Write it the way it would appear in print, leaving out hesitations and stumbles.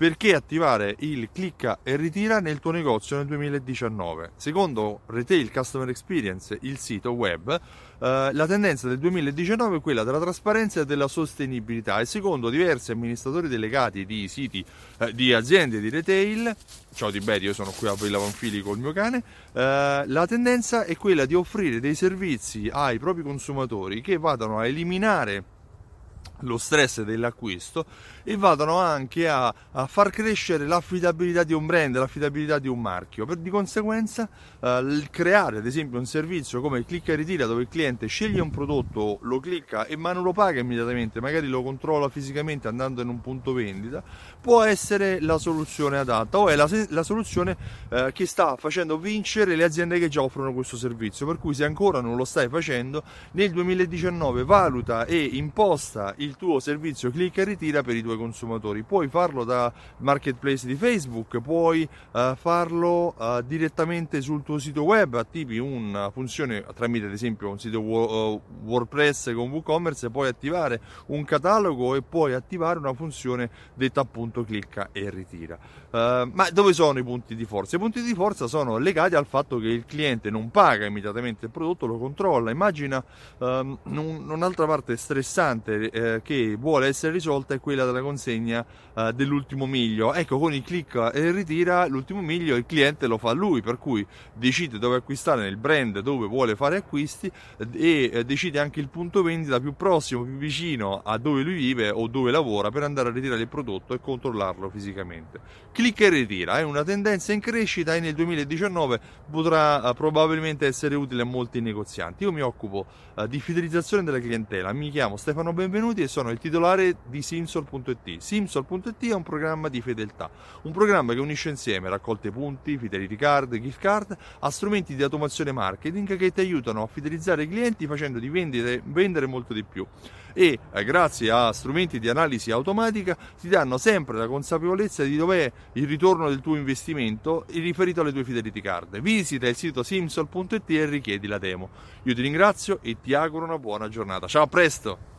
Perché attivare il clicca e ritira nel tuo negozio nel 2019? Secondo Retail Customer Experience, il sito web, la tendenza del 2019 è quella della trasparenza e della sostenibilità, e secondo diversi amministratori delegati di siti di aziende di retail, ciao Tiberio, io sono qui a Villa Panfili col mio cane, la tendenza è quella di offrire dei servizi ai propri consumatori che vadano a eliminare lo stress dell'acquisto e vadano anche a far crescere l'affidabilità di un brand, l'affidabilità di un marchio. Di conseguenza creare ad esempio un servizio come il clicca e ritira, dove il cliente sceglie un prodotto, lo clicca e ma non lo paga immediatamente, magari lo controlla fisicamente andando in un punto vendita, può essere la soluzione adatta, o è la soluzione che sta facendo vincere le aziende che già offrono questo servizio. Per cui, se ancora non lo stai facendo, nel 2019 valuta e imposta il tuo servizio clicca e ritira per i tuoi consumatori. Puoi farlo da marketplace di Facebook, puoi farlo direttamente sul tuo sito web, attivi una funzione tramite ad esempio un sito WordPress con WooCommerce, puoi attivare un catalogo e puoi attivare una funzione detta appunto clicca e ritira. Ma dove sono i punti di forza? I punti di forza sono legati al fatto che il cliente non paga immediatamente il prodotto, lo controlla. Immagina un'altra parte stressante che vuole essere risolta, è quella della consegna dell'ultimo miglio. Ecco, con il clicca e ritira l'ultimo miglio il cliente lo fa lui, per cui decide dove acquistare nel brand dove vuole fare acquisti e decide anche il punto vendita più prossimo, più vicino a dove lui vive o dove lavora, per andare a ritirare il prodotto e controllarlo fisicamente. Clicca e ritira è una tendenza in crescita e nel 2019 potrà probabilmente essere utile a molti negozianti. Io mi occupo di fidelizzazione della clientela, mi chiamo Stefano Benvenuti e sono il titolare di Simsol.it. Simsol.it è un programma di fedeltà, un programma che unisce insieme raccolte punti, fidelity card, gift card a strumenti di automazione marketing che ti aiutano a fidelizzare i clienti facendoti vendere molto di più, e grazie a strumenti di analisi automatica ti danno sempre la consapevolezza di dov'è il ritorno del tuo investimento riferito alle tue fidelity card. Visita il sito Simsol.it e richiedi la demo. Io ti ringrazio e ti auguro una buona giornata. Ciao, a presto!